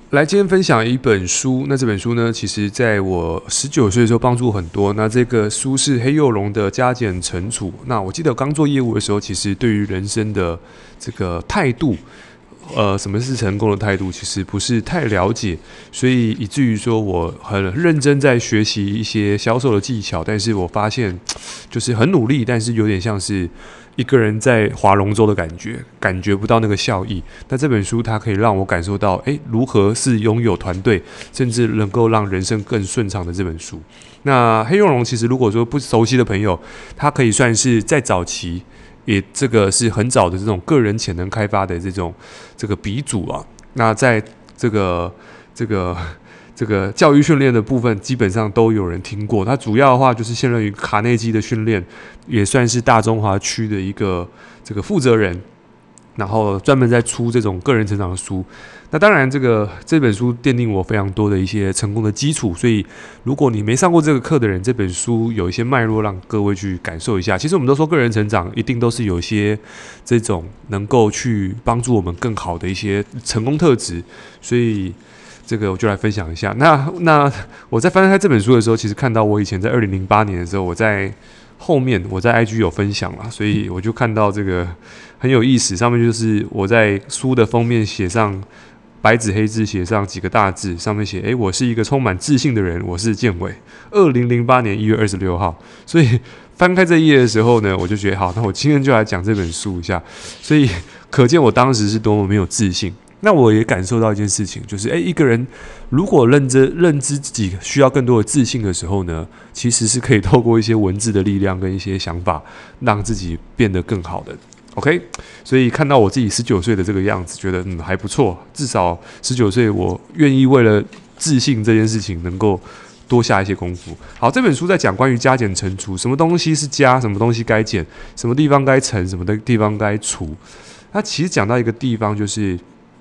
来，今天分享一本书。那这本书呢，其实在我19岁的时候帮助很多。那这个书是黑幼龙的《加减乘除》。那我记得刚做业务的时候，其实对于人生的这个态度，什么是成功的态度，其实不是太了解，所以以至于说我很认真在学习一些销售的技巧，但是我发现就是很努力，但是有点像是一个人在划龙舟的感觉，感觉不到那个效益。那这本书它可以让我感受到，如何是拥有团队，甚至能够让人生更顺畅的这本书。那黑幼龙其实如果说不熟悉的朋友，它可以算是在早期。也这个是很早的这种个人潜能开发的这个鼻祖啊。那在这个教育训练的部分，基本上都有人听过。它主要的话就是现任于卡内基的训练，也算是大中华区的一个这个负责人，然后专门在出这种个人成长的书。那当然，这本书奠定我非常多的一些成功的基础，所以如果你没上过这个课的人，这本书有一些脉络让各位去感受一下。其实我们都说个人成长一定都是有一些这种能够去帮助我们更好的一些成功特质，所以这个我就来分享一下。那我在翻开这本书的时候，其实看到我以前在2008年的时候，我在后面我在 IG 有分享啦，所以我就看到这个很有意思，上面就是我在书的封面写上白纸黑字写上几个大字，上面写我是一个充满自信的人，我是建伟，2008年1月26号。所以翻开这一页的时候呢，我就觉得好，那我今天就来讲这本书一下。所以可见我当时是多么没有自信。那我也感受到一件事情，就是一个人如果认知自己需要更多的自信的时候呢，其实是可以透过一些文字的力量跟一些想法，让自己变得更好的。OK， 所以看到我自己19岁的这个样子，觉得还不错，至少19岁我愿意为了自信这件事情能够多下一些功夫。好，这本书在讲关于加减乘除，什么东西是加，什么东西该减，什么地方该乘，什么的地方该除。它其实讲到一个地方，就是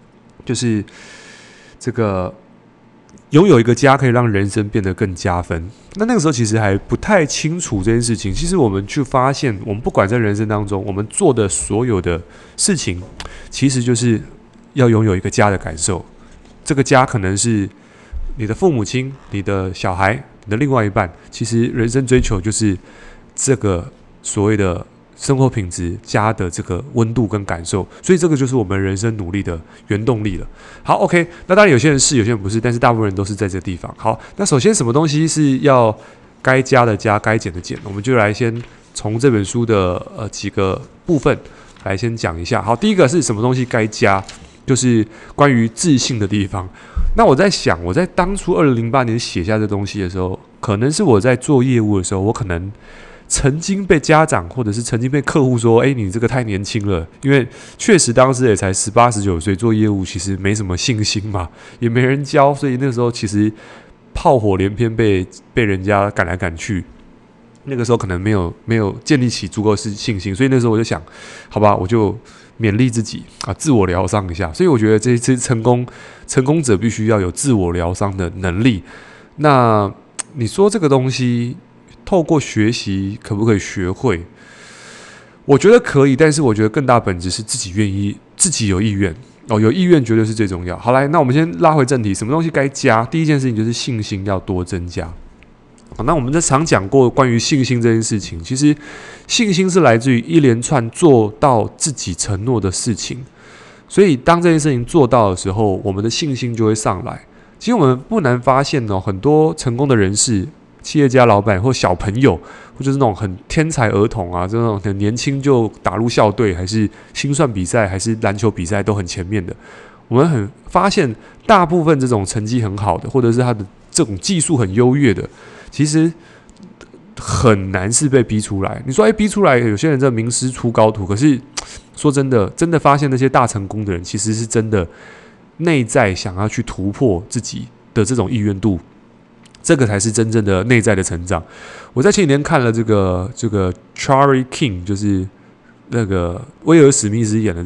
这个拥有一个家可以让人生变得更加分。那个时候其实还不太清楚这件事情。其实我们去发现，我们不管在人生当中，我们做的所有的事情，其实就是要拥有一个家的感受。这个家可能是你的父母亲、你的小孩、你的另外一半。其实人生追求就是这个所谓的生活品质家的这个温度跟感受，所以这个就是我们人生努力的原动力了。好 ，OK， 那当然有些人是，有些人不是，但是大部分人都是在这个地方。好，那首先什么东西是要该加的加，该减的减，我们就来先从这本书的几个部分来先讲一下。好，第一个是什么东西该加，就是关于自信的地方。那我在想，我在当初2008年写下这东西的时候，可能是我在做业务的时候，我可能曾经被家长或者是曾经被客户说，你这个太年轻了，因为确实当时也才18、19岁，做业务其实没什么信心嘛，也没人教，所以那时候其实炮火连篇，被人家赶来赶去。那个时候可能没有建立起足够的信心，所以那时候我就想，好吧，我就勉励自己啊，自我疗伤一下。所以我觉得这一次成功者必须要有自我疗伤的能力。那你说这个东西透过学习可不可以学会？我觉得可以，但是我觉得更大本质是自己愿意，自己有意愿有意愿绝对是最重要。好，来，那我们先拉回正题，什么东西该加？第一件事情就是信心要多增加。好，那我们在常讲过关于信心这件事情，其实信心是来自于一连串做到自己承诺的事情，所以当这件事情做到的时候，我们的信心就会上来。其实我们不难发现很多成功的人士、企业家、老板或小朋友，或就是那种很天才儿童啊，这种很年轻就打入校队，还是心算比赛，还是篮球比赛都很前面的。我们很发现，大部分这种成绩很好的，或者是他的这种技术很优越的，其实很难是被逼出来。你说逼出来，有些人这名师出高徒，可是说真的，真的发现那些大成功的人，其实是真的内在想要去突破自己的这种意愿度，这个才是真正的内在的成长。我在前几天看了这个 Charlie King， 就是那个威尔史密斯演的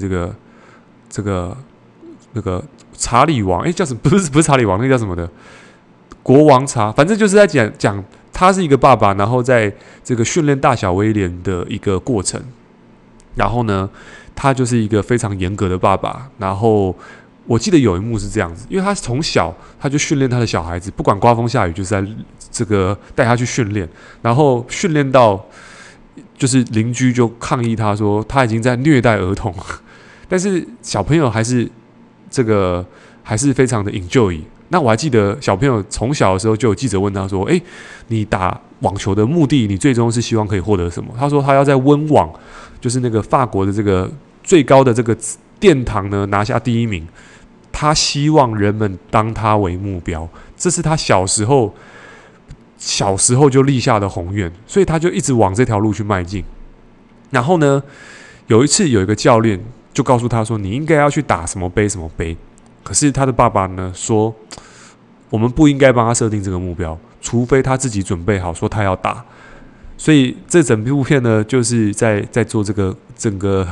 那个查理王，叫什么？不是查理王，那个叫什么的？国王查，反正就是在讲他是一个爸爸，然后在这个训练大小威廉的一个过程。然后呢，他就是一个非常严格的爸爸，然后我记得有一幕是这样子，因为他从小他就训练他的小孩子，不管刮风下雨，就是在这个带他去训练，然后训练到就是邻居就抗议他说他已经在虐待儿童，但是小朋友还是非常的 enjoy。那我还记得小朋友从小的时候就有记者问他说：“你打网球的目的，你最终是希望可以获得什么？”他说他要在温网，就是那个法国的这个最高的这个殿堂呢拿下第1名。他希望人们当他为目标，这是他小时候就立下的宏愿，所以他就一直往这条路去迈进。然后呢，有一次有一个教练就告诉他说：“你应该要去打什么杯什么杯。”可是他的爸爸呢说：“我们不应该帮他设定这个目标，除非他自己准备好说他要打。”所以这整部片呢，就是在做整个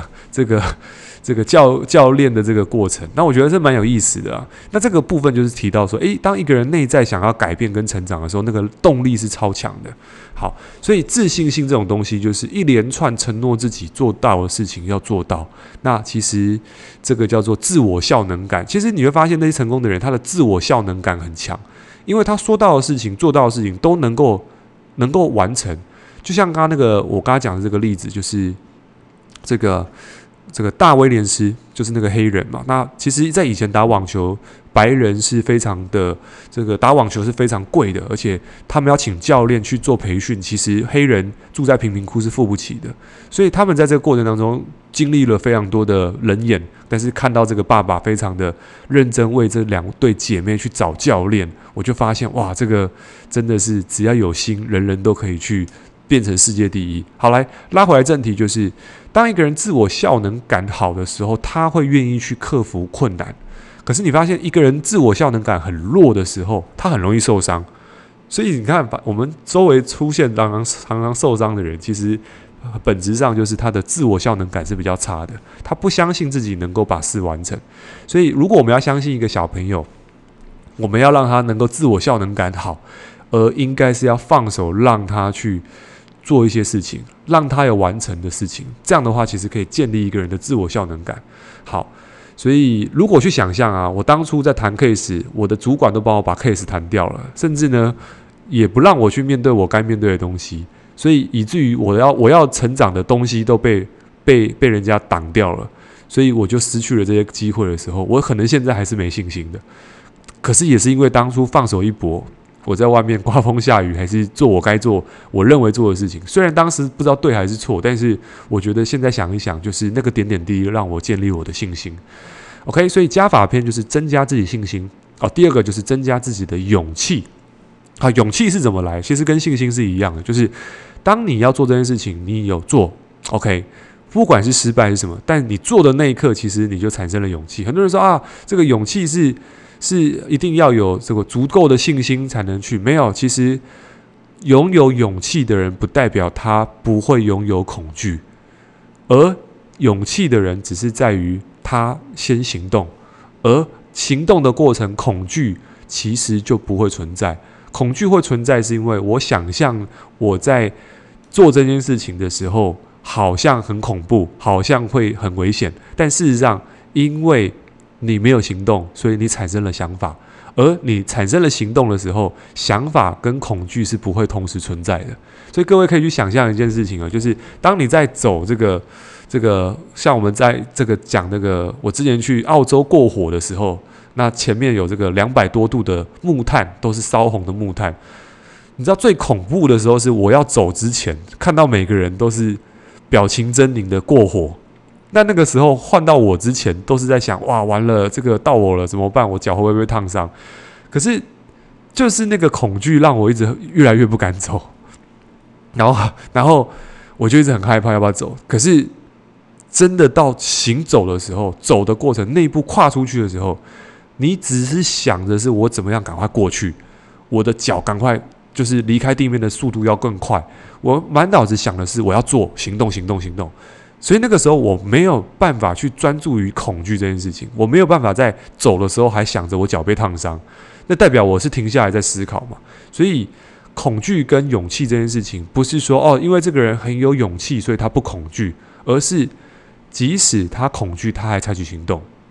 教练的这个过程。那我觉得这蛮有意思的啊。那这个部分就是提到说，当一个人内在想要改变跟成长的时候，那个动力是超强的。好，所以自信心这种东西，就是一连串承诺自己做到的事情要做到。那其实这个叫做自我效能感。其实你会发现，那些成功的人，他的自我效能感很强，因为他说到的事情、做到的事情都能够完成。就像刚刚我刚刚讲的这个例子，就是这个大威廉斯，就是那个黑人嘛。那其实，在以前打网球，白人是非常的打网球是非常贵的，而且他们要请教练去做培训，其实黑人住在贫民窟是付不起的。所以他们在这个过程当中经历了非常多的冷眼，但是看到这个爸爸非常的认真为这2对姐妹去找教练，我就发现哇，这个真的是只要有心，人人都可以去变成世界第一。好，来拉回来正题，就是当一个人自我效能感好的时候，他会愿意去克服困难。可是你发现一个人自我效能感很弱的时候，他很容易受伤。所以你看，我们周围出现常常受伤的人，其实本质上就是他的自我效能感是比较差的，他不相信自己能够把事完成。所以如果我们要相信一个小朋友，我们要让他能够自我效能感好，而应该是要放手让他去做一些事情，让他有完成的事情，这样的话其实可以建立一个人的自我效能感。好，所以如果去想象啊，我当初在谈 case， 我的主管都帮我把 case 谈掉了，甚至呢也不让我去面对我该面对的东西，所以以至于我要成长的东西都被人家挡掉了，所以我就失去了这些机会的时候，我可能现在还是没信心的。可是也是因为当初放手一搏，我在外面刮风下雨，还是做我该做、我认为做的事情。虽然当时不知道对还是错，但是我觉得现在想一想，就是那个点点滴滴让我建立我的信心。OK， 所以加法篇就是增加自己信心。第二个就是增加自己的勇气。好，勇气是怎么来？其实跟信心是一样的，就是当你要做这件事情，你有做 ，OK， 不管是失败是什么，但你做的那一刻，其实你就产生了勇气。很多人说啊，这个勇气是一定要有这个足够的信心才能去，没有，其实拥有勇气的人不代表他不会拥有恐惧，而勇气的人只是在于他先行动，而行动的过程，恐惧其实就不会存在。恐惧会存在是因为我想象我在做这件事情的时候好像很恐怖，好像会很危险，但事实上因为你没有行动，所以你产生了想法，而你产生了行动的时候，想法跟恐惧是不会同时存在的。所以各位可以去想象一件事情，就是当你在走这个像我们在这个讲那个我之前去澳洲过火的时候，那前面有这个200多度的木炭，都是烧红的木炭。你知道最恐怖的时候是我要走之前，看到每个人都是表情狰狞的过火。那个时候换到我之前，都是在想，哇，完了，这个到我了怎么办？我脚会不会被烫伤？可是就是那个恐惧让我一直越来越不敢走，然后我就一直很害怕要不要走。可是真的到行走的时候，走的过程，那一步跨出去的时候，你只是想着是我怎么样赶快过去，我的脚赶快就是离开地面的速度要更快，我满脑子想的是我要做行动。所以那个时候我没有办法去专注于恐惧这件事情，我没有办法在走的时候还想着我脚被烫伤，那代表我是停下来在思考嘛。所以恐惧跟勇气这件事情，不是说因为这个人很有勇气，所以他不恐惧，而是即使他恐惧，他还采取行动。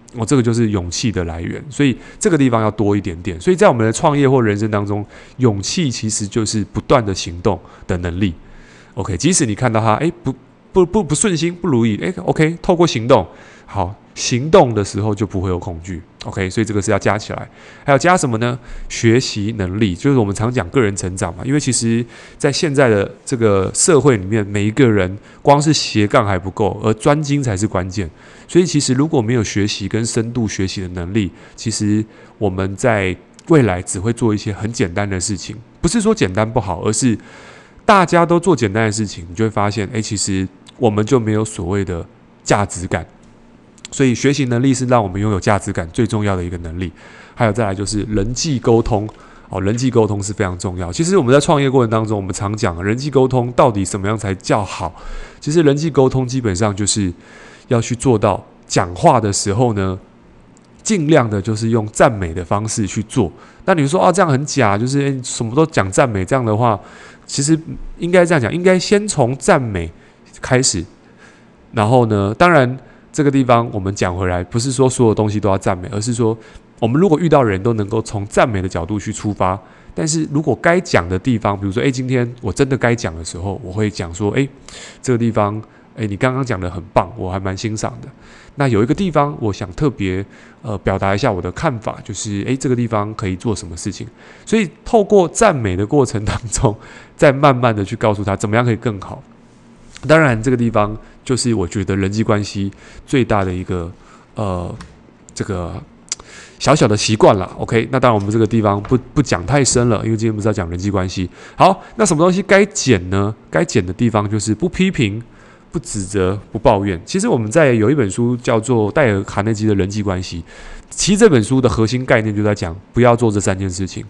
这个就是勇气的来源，所以这个地方要多一点点。所以在我们的创业或人生当中，勇气其实就是不断的行动的能力。OK， 即使你看到它，不顺心，不如意，OK， 透过行动，好，行动的时候就不会有恐惧。OK， 所以这个是要加起来，还要加什么呢？学习能力，就是我们常讲个人成长嘛。因为其实，在现在的这个社会里面，每一个人光是斜杠还不够，而专精才是关键。所以，其实如果没有学习跟深度学习的能力，其实我们在未来只会做一些很简单的事情。不是说简单不好，而是大家都做简单的事情，你就会发现，其实我们就没有所谓的价值感。所以学习能力是让我们拥有价值感最重要的一个能力。还有再来就是人际沟通，人际沟通是非常重要。其实我们在创业过程当中，我们常讲人际沟通到底怎么样才叫好？其实人际沟通基本上就是要去做到讲话的时候呢，尽量的就是用赞美的方式去做。那你说这样很假，就是什么都讲赞美，这样的话，其实应该这样讲，应该先从赞美开始，然后呢，当然这个地方我们讲回来，不是说所有东西都要赞美，而是说我们如果遇到人都能够从赞美的角度去出发。但是如果该讲的地方，比如说今天我真的该讲的时候，我会讲说这个地方你刚刚讲的很棒，我还蛮欣赏的。那有一个地方我想特别表达一下我的看法，就是这个地方可以做什么事情。所以透过赞美的过程当中，再慢慢的去告诉他怎么样可以更好。当然这个地方就是我觉得人际关系最大的一个这个小小的习惯了。 OK， 那当然我们这个地方不讲太深了，因为今天不是要讲人际关系。好，那什么东西该减呢？该减的地方就是不批评、不指责、不抱怨。其实我们在有一本书叫做戴尔·卡内基的人际关系，其实这本书的核心概念就在讲不要做这3件事情。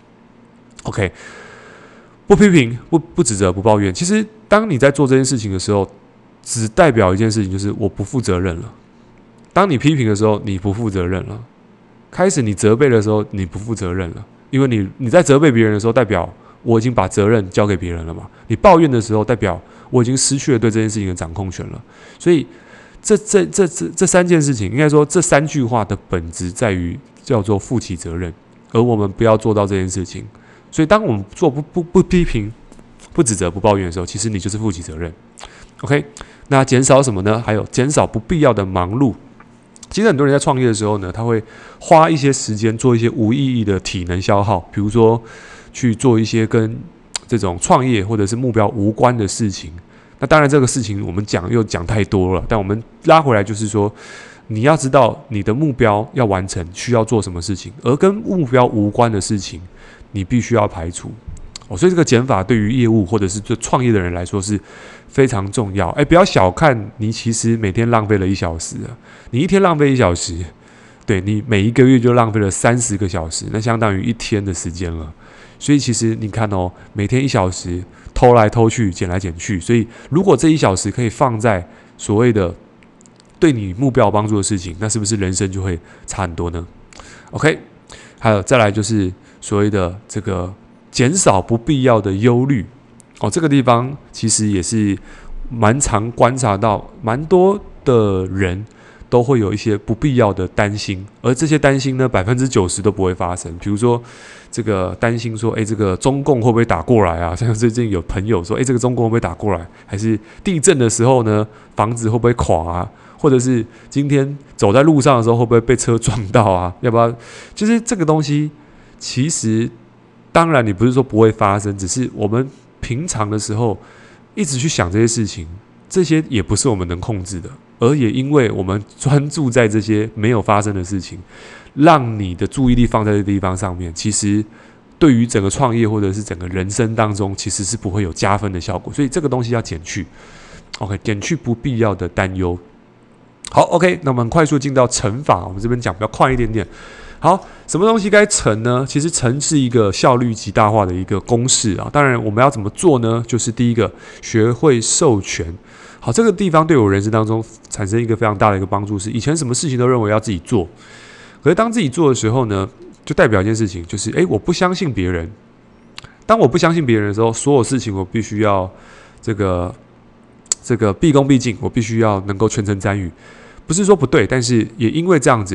OK， 不批评、不指责、不抱怨。其实当你在做这件事情的时候，只代表一件事情，就是我不负责任了。当你批评的时候，你不负责任了。开始你责备的时候，你不负责任了，因为你在责备别人的时候，代表我已经把责任交给别人了嘛。你抱怨的时候，代表我已经失去了对这件事情的掌控权了。所以这3件事情，应该说这3句话的本质在于叫做负起责任，而我们不要做到这件事情。所以当我们做不批评、不指责、不抱怨的时候，其实你就是负起责任。OK， 那减少什么呢？还有减少不必要的忙碌。其实很多人在创业的时候呢，他会花一些时间做一些无意义的体能消耗，比如说去做一些跟这种创业或者是目标无关的事情。那当然这个事情我们又讲太多了，但我们拉回来就是说，你要知道你的目标要完成需要做什么事情，而跟目标无关的事情你必须要排除。所以这个减法对于业务或者是做创业的人来说是非常重要。不要小看你其实每天浪费了1小时啊，你一天浪费1小时，对，你每一个月就浪费了30个小时，那相当于1天的时间了。所以其实你看每天1小时偷来偷去，捡来捡去，所以如果这1小时可以放在所谓的对你目标有帮助的事情，那是不是人生就会差很多呢？ OK， 还有再来就是所谓的这个减少不必要的忧虑。这个地方其实也是蛮常观察到，蛮多的人都会有一些不必要的担心，而这些担心呢，90%都不会发生。比如说这个担心说，这个中共会不会打过来啊？像最近有朋友说，这个中共会不会打过来？还是地震的时候呢，房子会不会垮啊？或者是今天走在路上的时候会不会被车撞到啊？要不要？就是这个东西，其实当然你不是说不会发生，只是我们平常的时候一直去想这些事情，这些也不是我们能控制的，而也因为我们专注在这些没有发生的事情，让你的注意力放在这个地方上面，其实对于整个创业或者是整个人生当中，其实是不会有加分的效果。所以这个东西要减去 ，OK， 减去不必要的担忧。好 ，OK， 那我们很快速进到乘法，我们这边讲比较快一点点。好，什么东西该乘呢？其实乘是一个效率极大化的一个公式啊。当然，我们要怎么做呢？就是第一个，学会授权。好，这个地方对我人生当中产生一个非常大的一个帮助是，以前什么事情都认为要自己做，可是当自己做的时候呢，就代表一件事情，就是我不相信别人。当我不相信别人的时候，所有事情我必须要这个毕恭毕敬，我必须要能够全程参与。不是说不对，但是也因为这样子。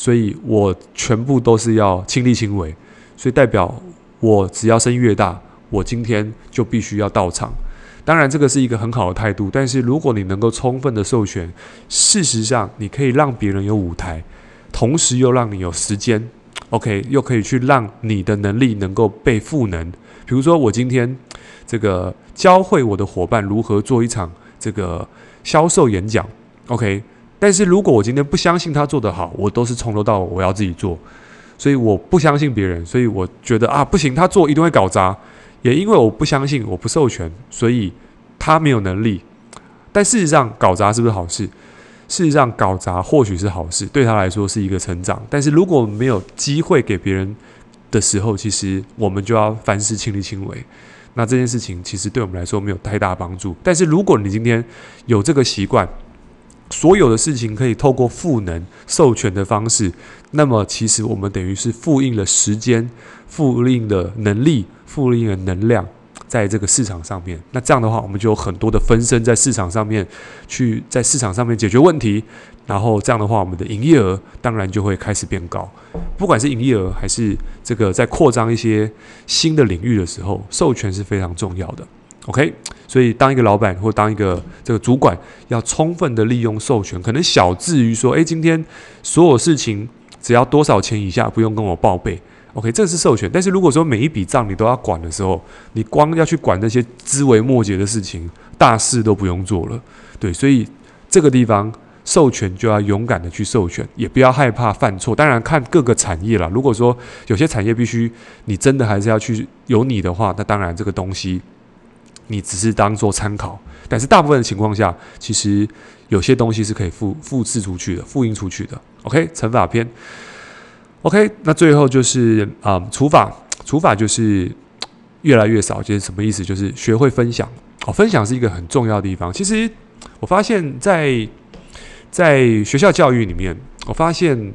所以我全部都是要亲力亲为，所以代表我只要生意越大，我今天就必须要到场。当然这个是一个很好的态度，但是如果你能够充分的授权，事实上你可以让别人有舞台，同时又让你有时间 OK， 又可以去让你的能力能够被赋能。比如说我今天这个教会我的伙伴如何做一场这个销售演讲 OK， 但是如果我今天不相信他做得好，我都是从头到尾我要自己做，所以我不相信别人，所以我觉得不行，他做一定会搞砸，也因为我不相信，我不授权，所以他没有能力。但事实上搞砸是不是好事？事实上搞砸或许是好事，对他来说是一个成长。但是如果我们没有机会给别人的时候，其实我们就要凡事亲力亲为。那这件事情其实对我们来说没有太大帮助。但是如果你今天有这个习惯，所有的事情可以透过赋能授权的方式，那么其实我们等于是付印了时间，付印了能力，付印了能量在这个市场上面。那这样的话，我们就有很多的分身在市场上面去在市场上面解决问题，然后这样的话，我们的营业额当然就会开始变高。不管是营业额还是这个在扩张一些新的领域的时候，授权是非常重要的。OK， 所以当一个老板或当一个这个主管，要充分的利用授权，可能小至于说，今天所有事情只要多少钱以下不用跟我报备。OK， 这是授权。但是如果说每一笔账你都要管的时候，你光要去管那些枝微末节的事情，大事都不用做了。对，所以这个地方授权就要勇敢的去授权，也不要害怕犯错。当然看各个产业啦，如果说有些产业必须你真的还是要去有你的话，那当然这个东西你只是当做参考。但是大部分的情况下，其实有些东西是可以复制出去的，复印出去的。OK， 乘法篇。OK， 那最后就是除法。除法就是越来越少，就是什么意思？就是学会分享。分享是一个很重要的地方。其实我发现在学校教育里面，我发现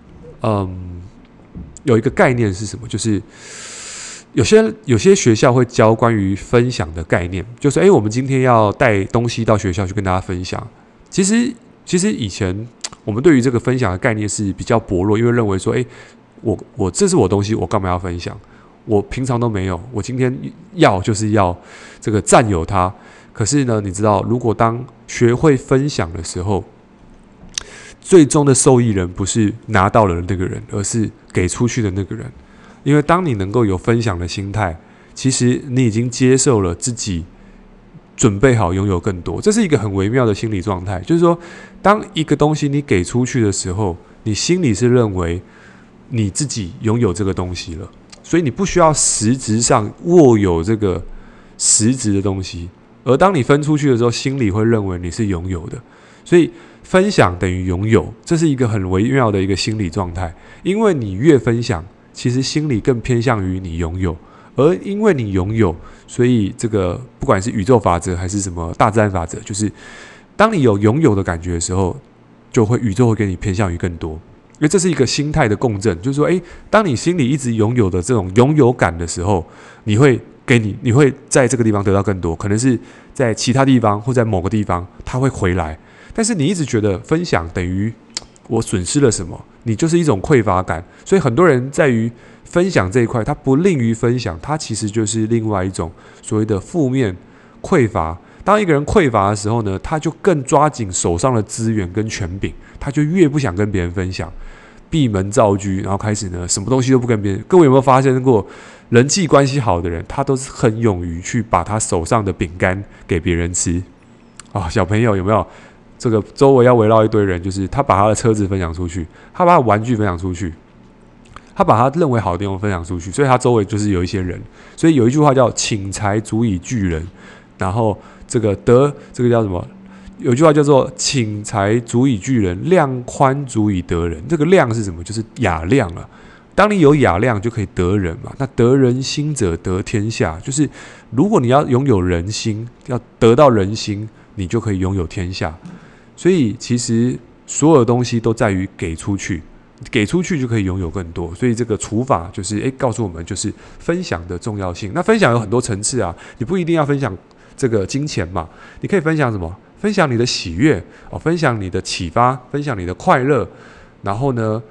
有一个概念是什么？就是有些学校会教关于分享的概念，就是我们今天要带东西到学校去跟大家分享。其实以前我们对于这个分享的概念是比较薄弱，因为认为说，我这是我东西，我干嘛要分享？我平常都没有，我今天就是要这个占有它。可是呢，你知道，如果当学会分享的时候，最终的受益人不是拿到了的那个人，而是给出去的那个人。因为当你能够有分享的心态，其实你已经接受了自己准备好拥有更多，这是一个很微妙的心理状态。就是说，当一个东西你给出去的时候，你心里是认为你自己拥有这个东西了，所以你不需要实质上握有这个实质的东西。而当你分出去的时候，心里会认为你是拥有的。所以分享等于拥有，这是一个很微妙的一个心理状态。因为你越分享，其实心里更偏向于你拥有，而因为你拥有，所以这个不管是宇宙法则还是什么大自然法则，就是当你有拥有的感觉的时候，宇宙会给你偏向于更多。因为这是一个心态的共振，就是说，当你心里一直拥有的这种拥有感的时候，你会在这个地方得到更多，可能是在其他地方或在某个地方它会回来。但是你一直觉得分享等于我损失了什么，你就是一种匮乏感。所以很多人在于分享这一块，他不吝于分享，他其实就是另外一种所谓的负面匮乏。当一个人匮乏的时候呢，他就更抓紧手上的资源跟权柄，他就越不想跟别人分享，闭门造车，然后开始呢什么东西都不跟别人。各位有没有发现过，人际关系好的人，他都是很勇于去把他手上的饼干给别人吃小朋友有没有？这个周围要围绕一堆人，就是他把他的车子分享出去，他把他的玩具分享出去，他把他认为好的地方分享出去，所以他周围就是有一些人。所以有一句话叫请财足以聚人，然后这个叫什么？有一句话叫做请财足以聚人，量宽足以得人。这个量是什么？就是雅量了。当你有雅量，就可以得人嘛。那得人心者得天下，就是如果你要拥有人心，要得到人心，你就可以拥有天下。所以其实所有的东西都在于给出去，给出去就可以拥有更多。所以这个除法就是告诉我们，就是分享的重要性。那分享有很多层次啊，你不一定要分享这个金钱嘛，你可以分享什么？分享你的喜悦分享你的启发，分享你的快乐。然后呢，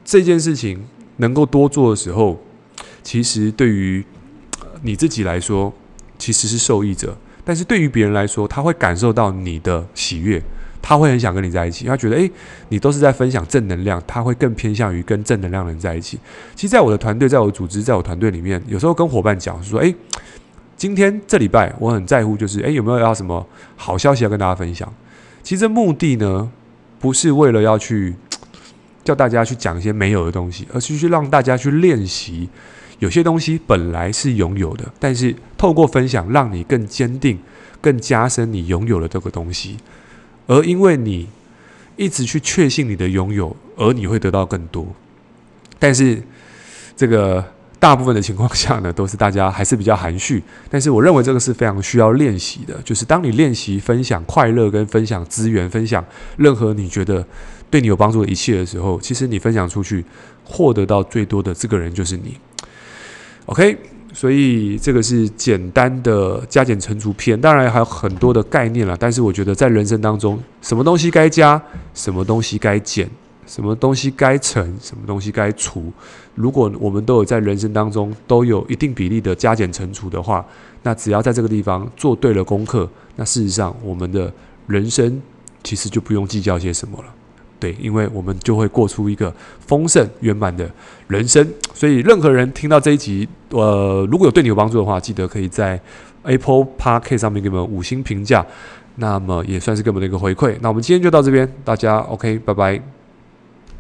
这件事情能够多做的时候，其实对于你自己来说，其实是受益者。但是对于别人来说，他会感受到你的喜悦，他会很想跟你在一起，他觉得你都是在分享正能量，他会更偏向于跟正能量的人在一起。其实在我的团队，在我的组织，在我团队里面，有时候跟伙伴讲说，今天这礼拜我很在乎，就是有没有要什么好消息要跟大家分享。其实这目的呢，不是为了要去叫大家去讲一些没有的东西，而是去让大家去练习，有些东西本来是拥有的，但是透过分享，让你更坚定、更加深你拥有了这个东西。而因为你一直去确信你的拥有，而你会得到更多。但是这个大部分的情况下呢，都是大家还是比较含蓄。但是我认为这个是非常需要练习的，就是当你练习分享快乐、跟分享资源、分享任何你觉得对你有帮助的一切的时候，其实你分享出去，获得到最多的这个人就是你。OK， 所以这个是简单的加减乘除篇，当然还有很多的概念啦。但是我觉得在人生当中，什么东西该加，什么东西该减，什么东西该乘，什么东西该除，如果我们都有在人生当中都有一定比例的加减乘除的话，那只要在这个地方做对了功课，那事实上我们的人生其实就不用计较些什么了。对，因为我们就会过出一个丰盛圆满的人生。所以任何人听到这一集，如果有对你有帮助的话，记得可以在 Apple Podcast 上面给我们5星评价，那么也算是给我们的一个回馈。那我们今天就到这边，大家 OK， 拜拜。